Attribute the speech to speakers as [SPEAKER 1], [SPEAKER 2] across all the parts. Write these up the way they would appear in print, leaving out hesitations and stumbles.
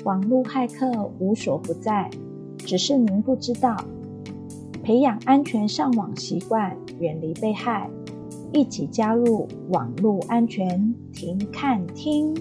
[SPEAKER 1] 网络骇客无所不在，只是您不知道。培养安全上网习惯，远离被害，一起加入网络安全停看听。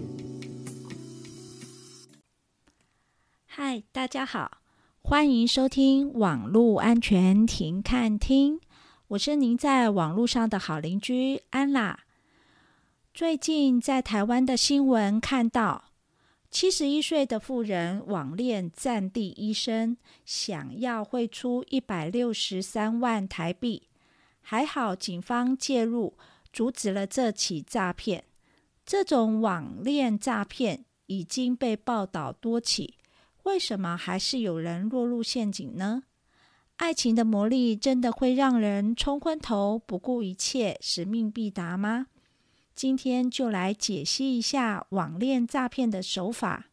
[SPEAKER 2] 嗨，大家好，欢迎收听网络安全停看听，我是您在网络上的好邻居安啦。最近在台湾的新闻看到71岁的妇人网恋战地医生，想要汇出163万台币，还好警方介入，阻止了这起诈骗。这种网恋诈骗已经被报道多起，为什么还是有人落入陷阱呢？爱情的魔力真的会让人冲昏头，不顾一切，使命必达吗？今天就来解析一下网恋诈骗的手法。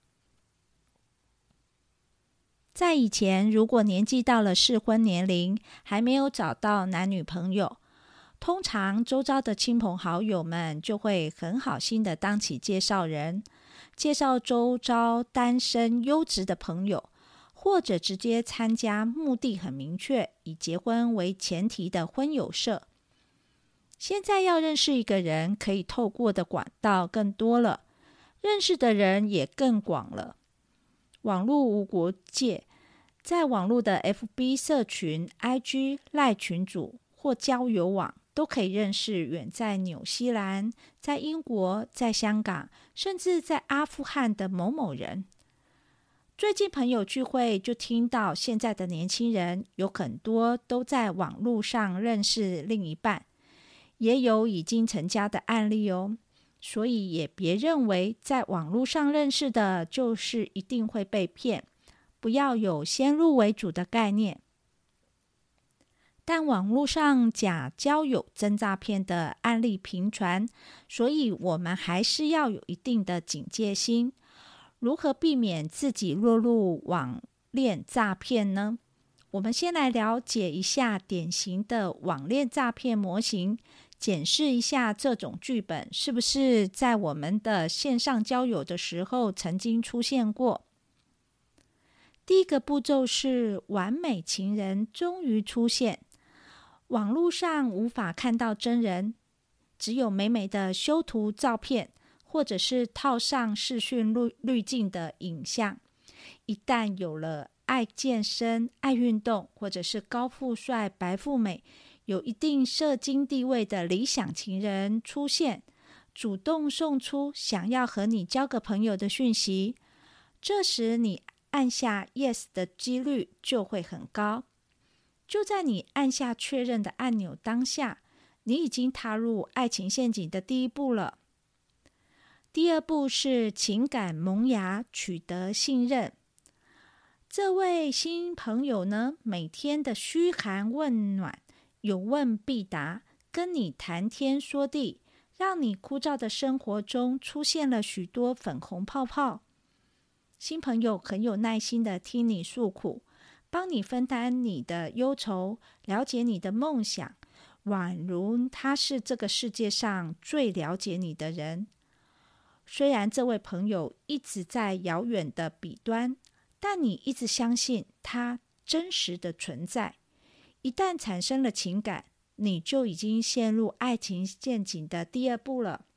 [SPEAKER 2] 在以前，如果年纪到了适婚年龄，还没有找到男女朋友，通常周遭的亲朋好友们就会很好心的当起介绍人，介绍周遭单身优质的朋友，或者直接参加目的很明确，以结婚为前提的婚友社。现在要认识一个人，可以透过的管道更多了，认识的人也更广了。网络无国界，在网络的 FB 社群、IG、赖群组或交友网，都可以认识远在纽西兰、在英国、在香港，甚至在阿富汗的某某人。最近朋友聚会就听到，现在的年轻人有很多都在网络上认识另一半，也有已经成家的案例哦。所以也别认为在网络上认识的就是一定会被骗，不要有先入为主的概念。但网络上假交友真诈骗的案例频传，所以我们还是要有一定的警戒心。如何避免自己落入网恋诈骗呢？我们先来了解一下典型的网恋诈骗模型，检视一下这种剧本是不是在我们的线上交友的时候曾经出现过。第一个步骤是完美情人终于出现。网络上无法看到真人，只有美美的修图照片，或者是套上视讯滤镜的影像。一旦有了爱健身、爱运动，或者是高富帅、白富美，有一定社经地位的理想情人出现，主动送出想要和你交个朋友的讯息，这时你按下 Yes 的几率就会很高。就在你按下确认的按钮当下，你已经踏入爱情陷阱的第一步了。第二步是情感萌芽，取得信任。这位新朋友呢，每天的嘘寒问暖，有问必答，跟你谈天说地，让你枯燥的生活中出现了许多粉红泡泡。新朋友很有耐心的听你诉苦，帮你分担你的忧愁，了解你的梦想，宛如他是这个世界上最了解你的人。虽然这位朋友一直在遥远的彼端，但你一直相信他真实的存在。一旦产生了情感，你就已经陷入爱情陷阱的第二步了。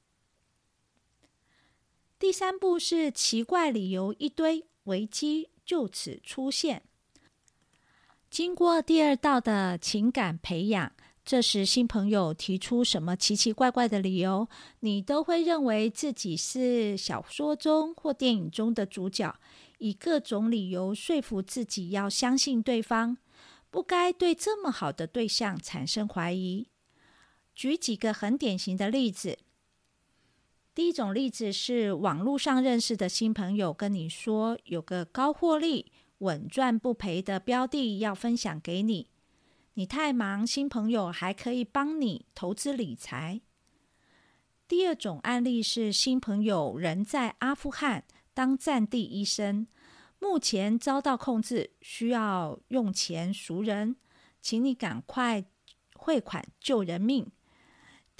[SPEAKER 2] 第三步是奇怪理由一堆，危机就此出现。经过第二道的情感培养，这时新朋友提出什么奇奇怪怪的理由，你都会认为自己是小说中或电影中的主角，以各种理由说服自己要相信对方，不该对这么好的对象产生怀疑。举几个很典型的例子。第一种例子是网络上认识的新朋友跟你说有个高获利、稳赚不赔的标的要分享给你，你太忙，新朋友还可以帮你投资理财。第二种案例是新朋友人在阿富汗当战地医生，目前遭到控制，需要用钱赎人，请你赶快汇款救人命。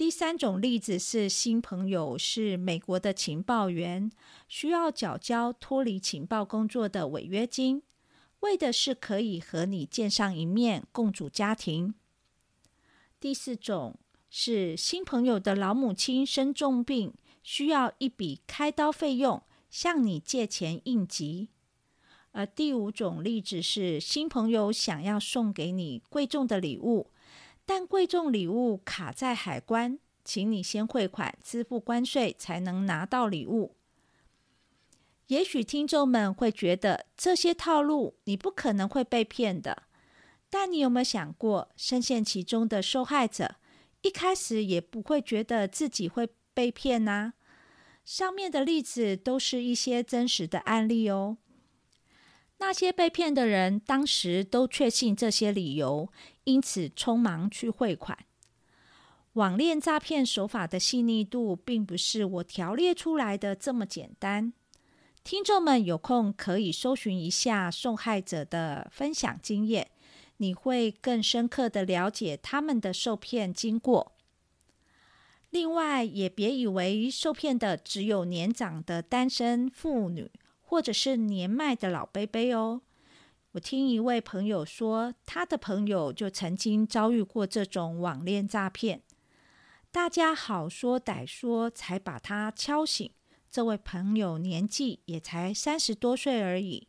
[SPEAKER 2] 第3种例子是新朋友是美国的情报员，需要缴交脱离情报工作的违约金，为的是可以和你见上一面，共组家庭。第4种是新朋友的老母亲生重病，需要一笔开刀费用，向你借钱应急。而第5种例子是新朋友想要送给你贵重的礼物，但贵重礼物卡在海关，请你先汇款支付关税才能拿到礼物。也许听众们会觉得这些套路你不可能会被骗的，但你有没有想过，深陷其中的受害者一开始也不会觉得自己会被骗啊？上面的例子都是一些真实的案例哦。那些被骗的人当时都确信这些理由，因此匆忙去汇款。网恋诈骗手法的细腻度并不是我条列出来的这么简单。听众们有空可以搜寻一下受害者的分享经验，你会更深刻地了解他们的受骗经过。另外，也别以为受骗的只有年长的单身妇女或者是年迈的老伯伯哦。我听一位朋友说，他的朋友就曾经遭遇过这种网恋诈骗，大家好说歹说才把他敲醒。这位朋友年纪也才30多岁而已。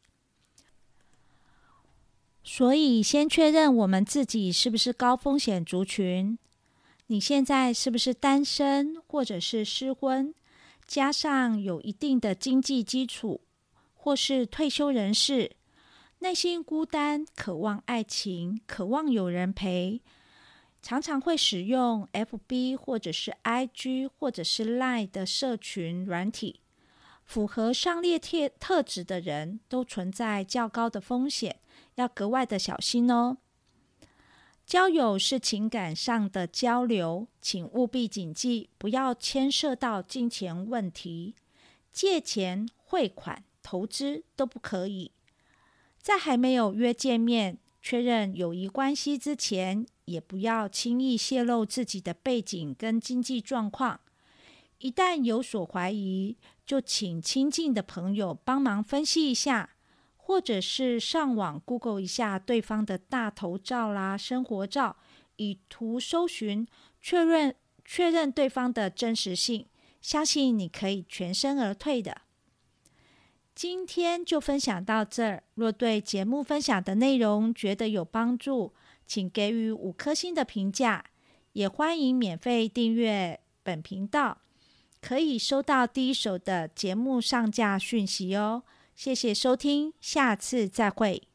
[SPEAKER 2] 所以先确认我们自己是不是高风险族群。你现在是不是单身或者是失婚，加上有一定的经济基础，或是退休人士，内心孤单，渴望爱情，渴望有人陪，常常会使用 FB 或者是 IG 或者是 LINE 的社群软体。符合上列特质的人都存在较高的风险，要格外的小心哦。交友是情感上的交流，请务必谨记，不要牵涉到金钱问题，借钱、汇款、投资都不可以。在还没有约见面、确认友谊关系之前，也不要轻易泄露自己的背景跟经济状况。一旦有所怀疑，就请亲近的朋友帮忙分析一下，或者是上网 Google 一下对方的大头照啦、生活照，以图搜寻，确认对方的真实性，相信你可以全身而退的。今天就分享到这儿，若对节目分享的内容觉得有帮助，请给予5颗星的评价，也欢迎免费订阅本频道，可以收到第一手的节目上架讯息哦。谢谢收听，下次再会。